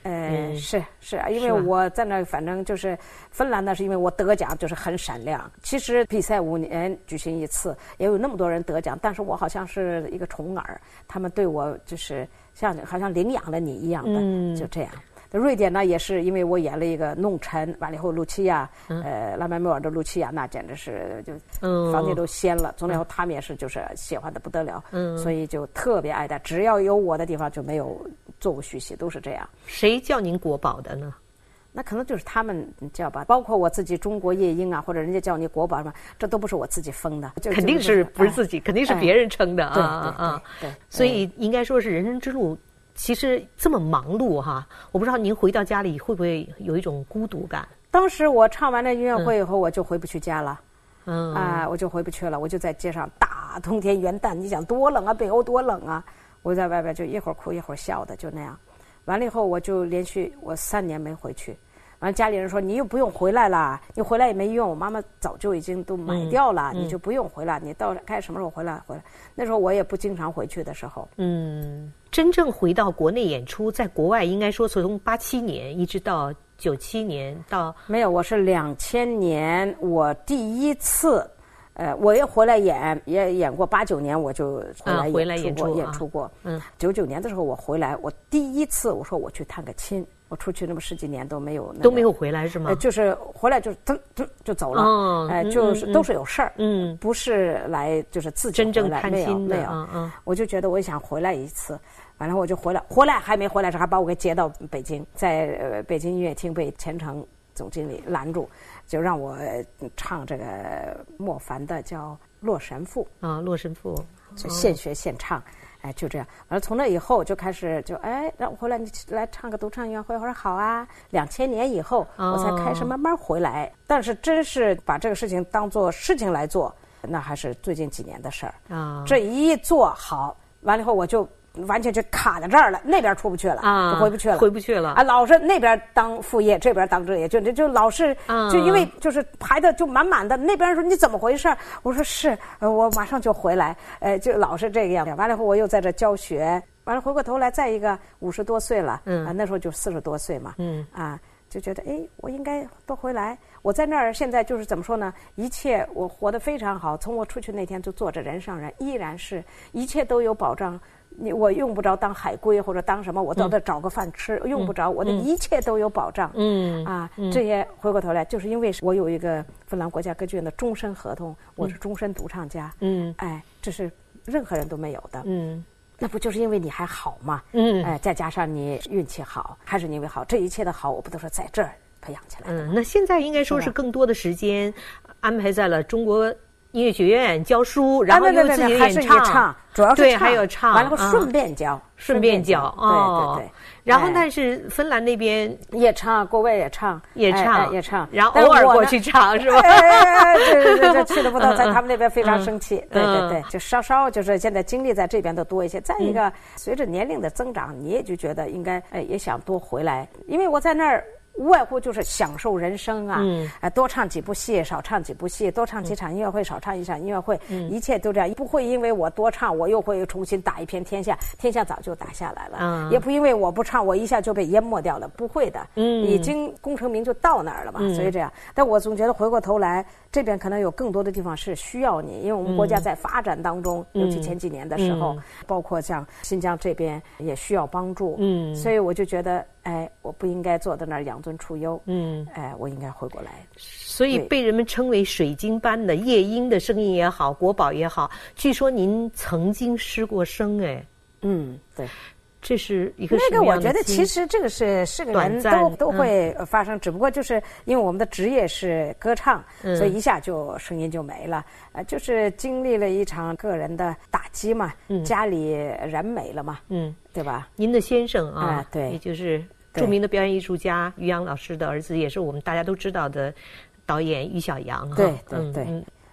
呃， 嗯是是，因为我在那，反正就是芬兰呢，是因为我得奖就是很闪亮。其实比赛五年举行一次，也有那么多人得奖，但是我好像是一个宠儿，他们对我就是像好像领养了你一样的， 嗯、 就这样。瑞典呢，也是因为我演了一个弄臣，完了以后露琪亚，嗯、呃，拉曼缪尔的露琪亚，那简直是就房间都掀了。从那以后他们也是就是喜欢的不得了，嗯，所以就特别爱戴，只要有我的地方就没有座无虚席，都是这样。 谁叫您国宝的呢？ 那可能就是他们叫吧，包括我自己中国夜莺啊，或者人家叫你国宝什么，这都不是我自己封的， 肯定是不是自己，哎、肯定是别人称的啊啊啊！ 对，对所以应该说是人生之路。其实这么忙碌哈，我不知道您回到家里会不会有一种孤独感？ 当时我唱完了音乐会以后，嗯、我就回不去家了， 嗯啊，我就回不去了，我就在街上，大冬天元旦，你想多冷啊，北欧多冷啊，我在外边就一会儿哭一会儿笑的，就那样。完了以后，我就连续我三年没回去。完了，家里人说你又不用回来了，你回来也没用，妈妈早就已经都买掉了，嗯、你就不用回来，你到该什么时候回来回来。那时候我也不经常回去的时候， 嗯。真正回到国内演出，在国外应该说从八七年一直到九七年到没有，我是两千年我第一次，呃，我也回来演，也演过八九年我就回来演出过、啊、回来演出演出过，嗯，九九年的时候我回来，我第一次我说我去探个亲。我出去那么十几年都没有、那个， 都没有回来是吗？ 呃、就是回来就噔噔就走了，哎、哦呃，就是、嗯、都是有事儿， 嗯， 不是来就是自己真正探亲的，没有，没有， 嗯嗯， 我就觉得我想回来一次，完了我就回来，回来还没回来时还把我给接到北京，在呃北京音乐厅被钱程总经理拦住，就让我唱这个莫凡的叫《洛神赋》 啊，《洛神赋》 就现学现唱。哎，就这样。完了，从那以后就开始就哎，让我回来，你来唱个独唱音乐会。我说好啊。两千年以后，我才开始慢慢回来。哦、但是真是把这个事情当做事情来做，那还是最近几年的事儿啊。这一做好，完了以后我就完全就卡在这儿了，那边出不去了啊，就回不去了， 回不去了啊！老是那边当副业，这边当正业，就就就老是、啊、就因为就是排的就满满的。那边说你怎么回事？我说是，呃，我马上就回来，呃，就老是这个样子。完了以后我又在这教学，完了回过头来，再一个五十多岁了，嗯啊，那时候就四十多岁嘛，嗯啊，就觉得哎，我应该多回来。我在那儿现在就是怎么说呢？一切我活得非常好，从我出去那天就做着人上人，依然是一切都有保障。你我用不着当海归或者当什么，我到这找个饭吃，嗯、用不着，我的一切都有保障。嗯啊，嗯这些回过头来，就是因为我有一个芬兰国家歌剧院的终身合同，我是终身独唱家。嗯，哎，这是任何人都没有的。嗯，那不就是因为你还好吗？嗯，哎，再加上你运气好，还是因为好，这一切的好，我不都是在这儿培养起来的？ 嗯，那现在应该说是更多的时间安排在了中国音乐学院教书，然后又自己演唱， 唱主要是对，还有唱， 完了顺便教， 顺便教， 哦，对对对。 然后但是芬兰那边也唱，国外也唱， 也唱也唱， 然后偶尔过去唱是吧？ 哎，对对对，这去了不到，在他们那边非常生气，对对对，就稍稍就是现在精力在这边的多一些。再一个，随着年龄的增长，你也就觉得应该，哎，也想多回来，因为我在那儿。无外乎就是享受人生啊，嗯，呃，多唱几部戏，少唱几部戏；多唱几场音乐会，少唱一场音乐会，嗯，一切都这样。不会因为我多唱，我又会重新打一片天下，天下早就打下来了。嗯，也不因为我不唱，我一下就被淹没掉了，不会的。嗯，已经功成名就到那儿了嘛，嗯，所以这样。但我总觉得回过头来，这边可能有更多的地方是需要你，因为我们国家在发展当中，嗯，尤其前几年的时候，嗯，包括像新疆这边也需要帮助。嗯，所以我就觉得。哎，我不应该坐在那儿养尊处优。嗯，哎，我应该回过来。 所以被人们称为水晶般的夜莺的声音也好，国宝也好。据说您曾经失过声，哎， 嗯，对， 这是一个那个，我觉得其实这个是是个人都都会发生，嗯，只不过就是因为我们的职业是歌唱，嗯，所以一下就声音就没了。呃，就是经历了一场个人的打击嘛，嗯，家里人没了嘛，嗯，对吧？ 您的先生啊， 啊对， 也就是著名的表演艺术家于洋老师的儿子，也是我们大家都知道的导演于小阳。 对对对。嗯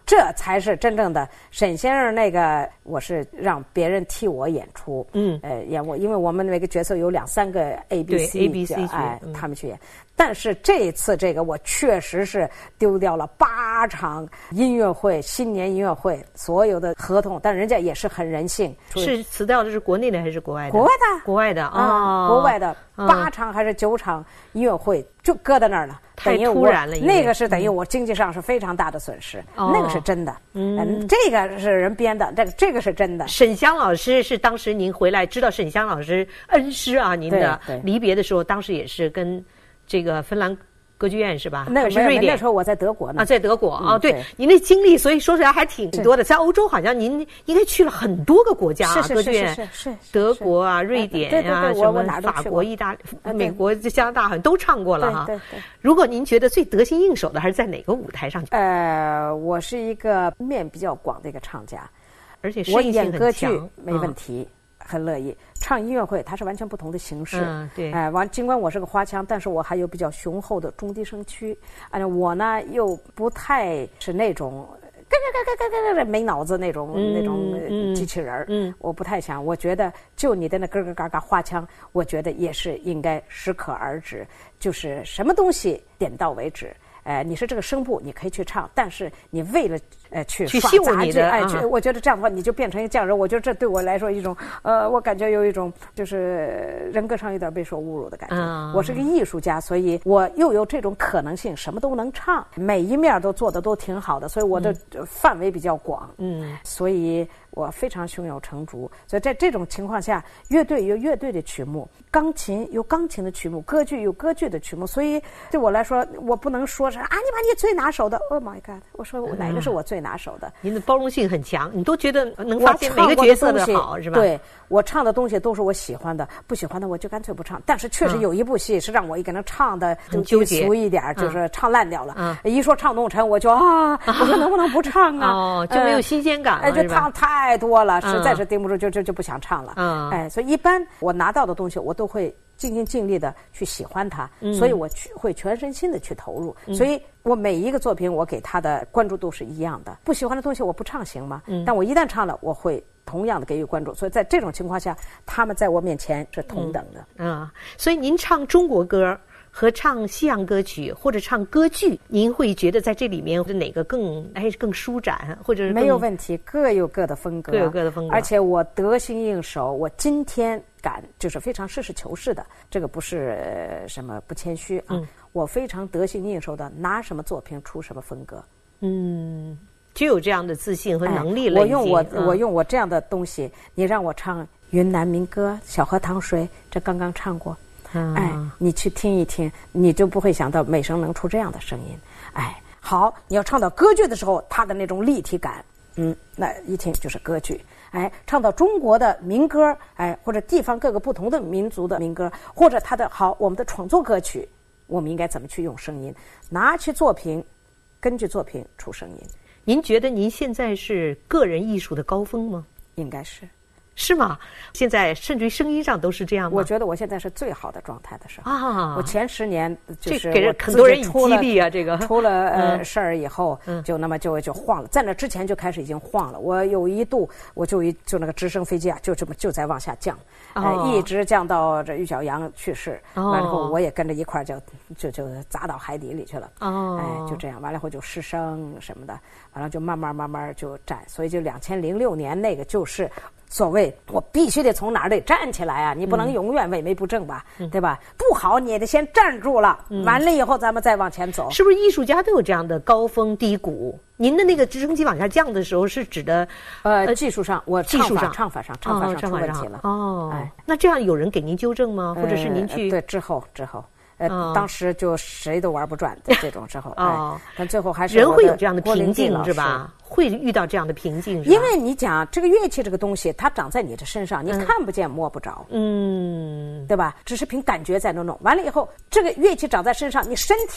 这才是真正的沈先生那个，我是让别人替我演出，嗯，呃，演我，因为我们那个角色有两三个 A B C A B C 哎，他们去演。但是这一次这个我确实是丢掉了八场音乐会，新年音乐会所有的合同，但人家也是很人性。 是辞掉的是国内的还是国外的？ 国外的， 国外的啊、 哦，国外的八场还是九场音乐会就搁在那儿了， 太突然了。 那个是等于我经济上是非常大的损失，嗯、那个是真的。嗯，这个是人编的，这个这个是真的。 沈湘老师是当时您回来知道沈湘老师恩师啊，您的离别的时候，当时也是跟。这个芬兰歌剧院是吧？ 那个是瑞典。 那时候我在德国呢。 啊，在德国啊、嗯，对，您的经历，所以说起来还挺多的。在欧洲，好像您应该去了很多个国家啊， 歌剧院， 是是德国啊、瑞典啊，什么法国、意大利、美国、加拿大，好像都唱过了哈。 对对。 如果您觉得最得心应手的，还是在哪个舞台上？ 呃，我是一个面比较广的一个唱家， 而且我演歌剧没问题。很乐意唱音乐会，它是完全不同的形式。 嗯，对。 哎、呃，完，尽管我是个花腔，但是我还有比较雄厚的中低声区。哎、呃，我呢又不太是那种嘎嘎嘎嘎嘎嘎嘎没脑子那种、嗯、那种机器人儿。嗯，我不太想。我觉得就你的那咯咯嘎嘎花腔，我觉得也是应该适可而止，就是什么东西点到为止。呃，你是这个声部，你可以去唱，但是你为了呃去去秀你的， 哎，去，我觉得这样的话，你就变成一个匠人。我觉得这对我来说一种，呃，我感觉有一种就是人格上有点备受侮辱的感觉。嗯、我是个艺术家，所以我又有这种可能性，什么都能唱，每一面都做的都挺好的，所以我的范围比较广。嗯，所以我非常胸有成竹。所以在这种情况下，乐队有乐队的曲目，钢琴有钢琴的曲目，歌剧有歌剧的曲目。所以对我来说，我不能说是啊，你把你最拿手的 ，Oh my God！ 我说我哪个是我最拿手的？嗯、 您的包容性很强，你都觉得能发现每个角色的好，是吧？ 对，我唱的东西都是我喜欢的，不喜欢的我就干脆不唱。但是确实有一部戏是让我一个人唱的很纠结俗一点，嗯、就是唱烂掉了。嗯、一说唱农尘，我就啊，我说能不能不唱啊？ 哦，就没有新鲜感了， 哎，就唱太多了，实在是顶不住，就就就不想唱了。 嗯， 哎，所以一般我拿到的东西，我都会尽心尽力的去喜欢它，嗯、所以我去会全身心的去投入。嗯、所以我每一个作品，我给他的关注度是一样的。不喜欢的东西我不唱行吗？嗯，但我一旦唱了，我会同样的给予关注。所以在这种情况下，他们在我面前是同等的。 嗯，啊，所以您唱中国歌和唱西洋歌曲或者唱歌剧，您会觉得在这里面哪个更哎更舒展，或者是没有问题，各有各的风格， 各有各的风格。 而且我得心应手，我今天感就是非常实事求是的，这个不是、呃、什么不谦虚啊、嗯，我非常得心应手的，拿什么作品出什么风格。 嗯，就有这样的自信和能力了、 哎。我用我、嗯、我用我这样的东西，你让我唱云南民歌《小河淌水》，这刚刚唱过。 嗯、 哎，你去听一听，你就不会想到美声能出这样的声音。哎，好，你要唱到歌剧的时候，它的那种立体感，嗯，那一听就是歌剧。哎，唱到中国的民歌，哎，或者地方各个不同的民族的民歌，或者它的好，我们的创作歌曲，我们应该怎么去用声音？拿起作品，根据作品出声音。 您觉得您现在是个人艺术的高峰吗？ 应该是。 是吗？现在甚至于声音上都是这样吗？ 我觉得我现在是最好的状态的时候啊！ 我前十年就是给人很多人以激励啊，这个出了呃、嗯、事儿以后，嗯、就那么就就晃了。在那之前就开始已经晃了。我有一度我就一就那个直升飞机啊，就这么就在往下降，哦呃、一直降到这玉小阳去世，哦、完了后我也跟着一块儿就就就砸到海底里去了。 哦， 哎，就这样，完了后就失声什么的，完了就慢慢慢慢就站。所以就两千零六年那个就是。所谓我必须得从哪儿得站起来啊！你不能永远萎靡不振吧，嗯、对吧？不好，你也得先站住了，嗯、完了以后咱们再往前走。 是不是艺术家都有这样的高峰低谷？您的那个直升机往下降的时候，是指的呃技术上，我技术上、 唱法上、唱法上出问题了。 哦，哎，那这样有人给您纠正吗？或者是您去？ 呃、对，之后之后。呃，哦、当时就谁都玩不转的这种之后， 哦、 哎，但最后还是人会有这样的瓶颈是吧？会遇到这样的瓶颈， 因为你讲这个乐器这个东西，它长在你的身上，你看不见摸不着， 嗯， 对吧？只是凭感觉在那弄。完了以后，这个乐器长在身上，你身体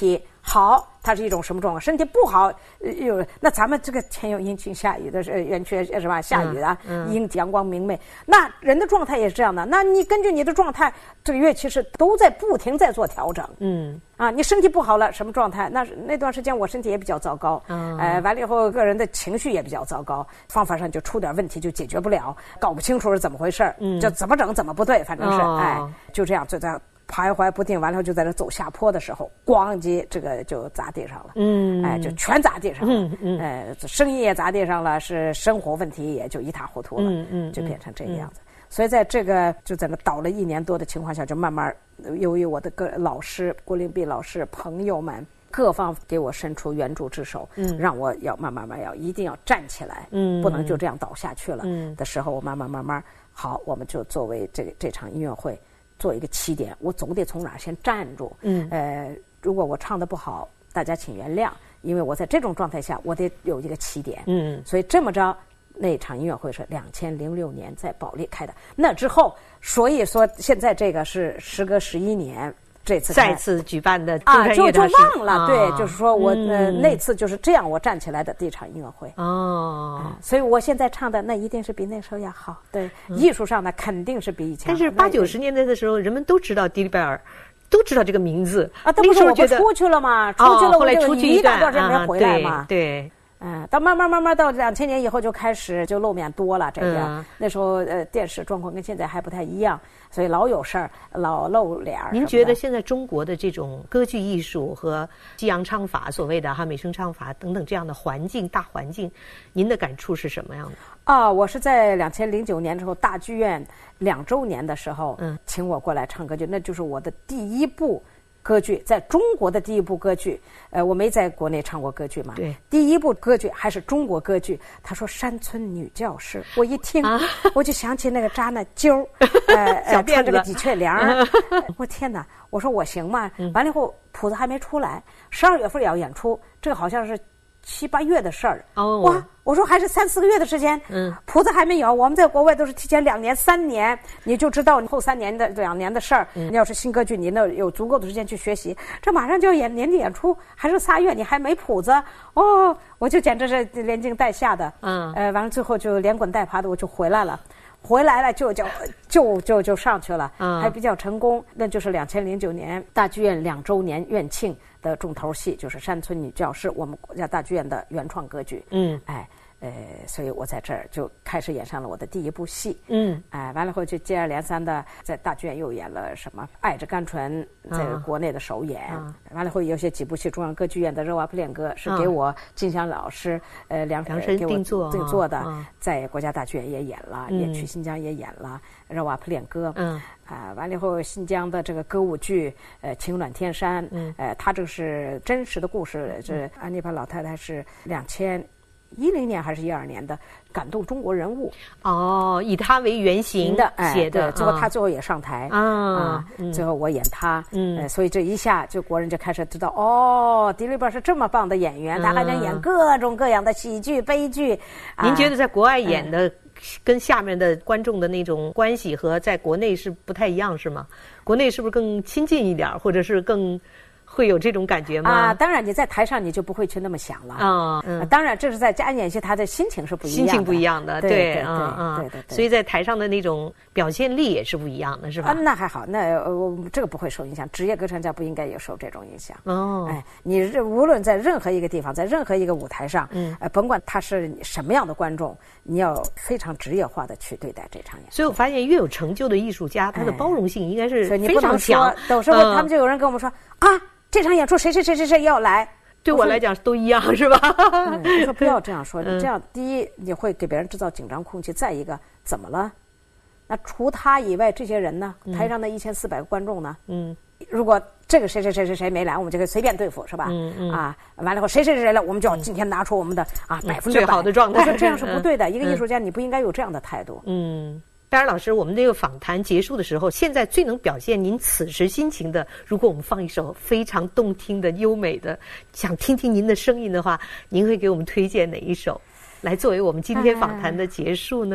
好，它是一种什么状况？身体不好，有那咱们这个天有阴晴下雨的是圆缺是吧？下雨的，阴阳光明媚。那人的状态也是这样的。那你根据你的状态，这个乐器是都在不停在做调整。嗯，啊，你身体不好了，什么状态？那那段时间我身体也比较糟糕，嗯，哎，完了以后个人的情绪也比较糟糕，方法上就出点问题就解决不了，搞不清楚是怎么回事，嗯，就怎么整怎么不对，反正是，哦，哎，就这样就在。徘徊不定，完了就在这走下坡的时候，咣叽，这个就砸地上了，嗯，哎，就全砸地上了，嗯嗯，哎，生意也砸地上了，是生活问题也就一塌糊涂了，嗯嗯，就变成这个样子。嗯嗯，所以在这个就在那倒了一年多的情况下，就慢慢由于我的个老师郭灵璧老师朋友们各方给我伸出援助之手，嗯，让我要慢慢慢要一定要站起来，嗯，不能就这样倒下去了，嗯，的时候，我慢慢慢慢好，我们就作为这个这场音乐会。做一个起点，我总得从哪儿先站住。嗯，呃，如果我唱得不好，大家请原谅，因为我在这种状态下，我得有一个起点。嗯，所以这么着，那场音乐会是两千零六年在保利开的。那之后，所以说现在这个是时隔十一年。这次再次举办的啊，就就忘了，啊，对，就是说我，嗯，呃那次就是这样我站起来的第一场音乐会哦，嗯，所以我现在唱的那一定是比那时候要好，对，嗯，艺术上呢肯定是比以前好。 但是八九十年代的时候，人们都知道迪丽贝尔，都知道这个名字啊，那时候我不出去了嘛，出去了， 后来出去一大段时间没回来嘛， 对。 嗯，到慢慢慢慢到两千年以后就开始就露面多了，这样，嗯，那时候呃电视状况跟现在还不太一样，所以老有事儿，老露脸。 您觉得现在中国的这种歌剧艺术和激扬唱法，所谓的哈美声唱法等等这样的环境大环境，您的感触是什么样的？ 啊，我是在两千零九年之后大剧院两周年的时候，嗯，请我过来唱歌剧，那就是我的第一部。歌剧在中国的第一部歌剧，呃，我没在国内唱过歌剧嘛。对，第一部歌剧还是中国歌剧。他说《山村女教士》，我一听，啊，我就想起那个扎那揪儿，呃， 小辫子， 穿这个的确凉儿。我天哪！我说我行吗？嗯，完了以后谱子还没出来，十二月份也要演出，这个好像是七八月的事儿。哦，哇！我说还是三四个月的时间，嗯，谱子还没有。我们在国外都是提前两年、三年，你就知道后三年的两年的事儿。嗯，要是新歌剧，你那有足够的时间去学习。这马上就要演年底演出，还是仨月，你还没谱子哦，我就简直是连惊带吓的。嗯，呃，完了最后就连滚带爬的我就回来了。回来了就就就就就上去了，嗯，还比较成功。那就是两千零九年大剧院两周年院庆的重头戏，就是《山村女教士》，我们国家大剧院的原创歌剧。嗯，哎，呃，所以我在这儿就开始演上了我的第一部戏。嗯，哎，完了后就接二连三的在大剧院又演了什么《爱着甘醇》在国内的首演。嗯，完了后有些几部戏，中央歌剧院的《热瓦普恋歌》是给我金香老师呃量身定做定做的，在国家大剧院也演了，也去新疆也演了《热瓦普恋歌》。嗯，啊，完了以后新疆的这个歌舞剧呃《情暖天山》，嗯，呃，它这个是真实的故事，这安妮帕老太太是两千。一零年还是一二年的感动中国人物哦，以他为原型的写的， 最后他最后也上台啊，最后我演他，嗯，所以这一下就国人就开始知道哦，迪丽贝尔是这么棒的演员，他还能演各种各样的喜剧、悲剧。 您觉得在国外演的跟下面的观众的那种关系和在国内是不太一样是吗？国内是不是更亲近一点，或者是更？会有这种感觉吗？ 啊，当然你在台上你就不会去那么想了啊。嗯，当然这是在家演戏，他的心情是不一样的， 心情不一样的， 对对对对对。 所以在台上的那种表现力也是不一样的，是吧？ 啊，那还好，那呃这个不会受影响。职业歌唱家不应该有受这种影响。哦，哎，你无论在任何一个地方，在任何一个舞台上，嗯，呃，甭管他是什么样的观众，你要非常职业化的去对待这场演出。 所以我发现，越有成就的艺术家，他的包容性应该是非常强。有时候他们就有人跟我们说啊。这场演出谁谁谁谁谁要来？ 对我来讲都一样，是吧？ 嗯，我说不要这样说，这样第一你会给别人制造紧张空气，再一个怎么了？那除他以外，这些人呢？台上的一千四百个观众呢？嗯，如果这个谁谁谁谁谁没来，我们就可以随便对付，是吧？嗯嗯。啊，完了后谁谁谁来了，我们就要今天拿出我们的啊百分之最好的状态。 我说这样是不对的，一个艺术家你不应该有这样的态度。 嗯。当然，老师，我们这个访谈结束的时候，现在最能表现您此时心情的，如果我们放一首非常动听的、优美的，想听听您的声音的话，您会给我们推荐哪一首，来作为我们今天访谈的结束呢？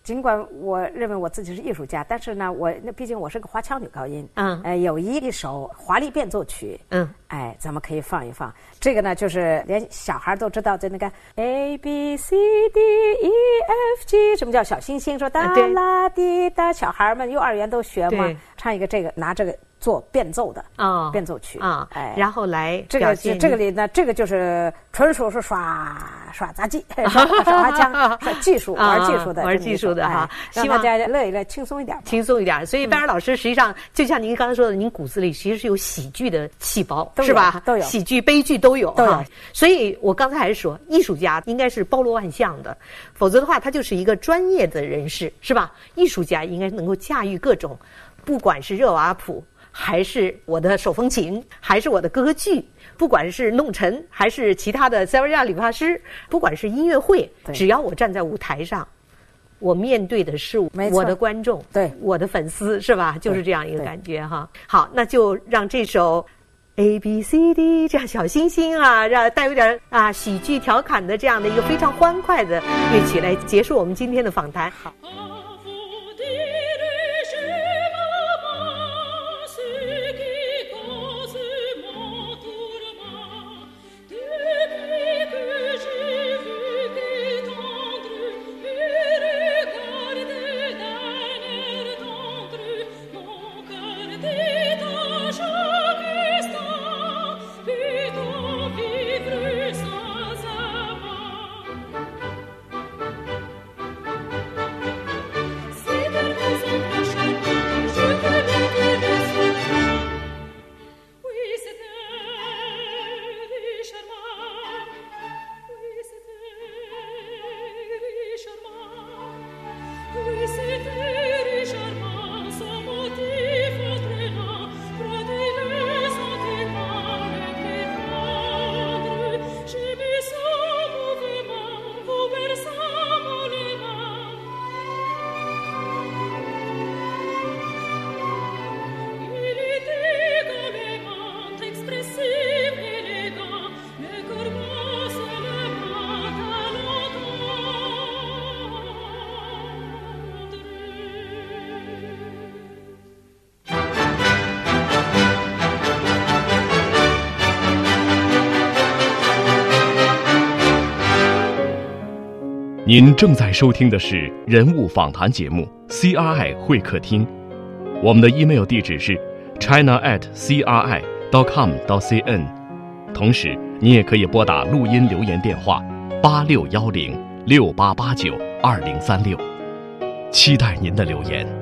尽管我认为我自己是艺术家，但是呢，我那毕竟我是个花腔女高音， 嗯， 呃，有一一首华丽变奏曲， 嗯， 哎，咱们可以放一放。这个呢，就是连小孩都知道的那个 A B C D E F G， 什么叫小星星？说哒啦滴哒，小孩们幼儿园都学嘛，唱一个这个，拿这个做变奏的啊， 变奏曲啊，哎，然后来这个这个里呢，这个就是纯属是耍耍杂技，耍耍花腔，耍技术，玩技术的， 玩技术的哈， 希望大家乐一乐，轻松一点， 轻松一点。所以班尔老师实际上就像您刚才说的，您骨子里其实是有喜剧的细胞，是吧？ 都有喜剧、悲剧都有， 都有。 所以我刚才还是说，艺术家应该是包罗万象的，否则的话，他就是一个专业的人士，是吧？艺术家应该能够驾驭各种，不管是热瓦普，还是我的手风琴，还是我的歌剧，不管是弄臣，还是其他的塞维利亚理发师，不管是音乐会，只要我站在舞台上，我面对的是我的观众， 对， 我的粉丝，是吧？就是这样一个感觉哈。好，那就让这首 A B C D 这样小星星啊，让带有点啊喜剧调侃的这样的一个非常欢快的乐曲来结束我们今天的访谈。好。 您正在收听的是人物访谈节目 C R I 会客厅，我们的 email 地址是 china at c r i dot com dot c n， 同时你也可以拨打录音留言电话八六幺零六八八九二零三六，期待您的留言。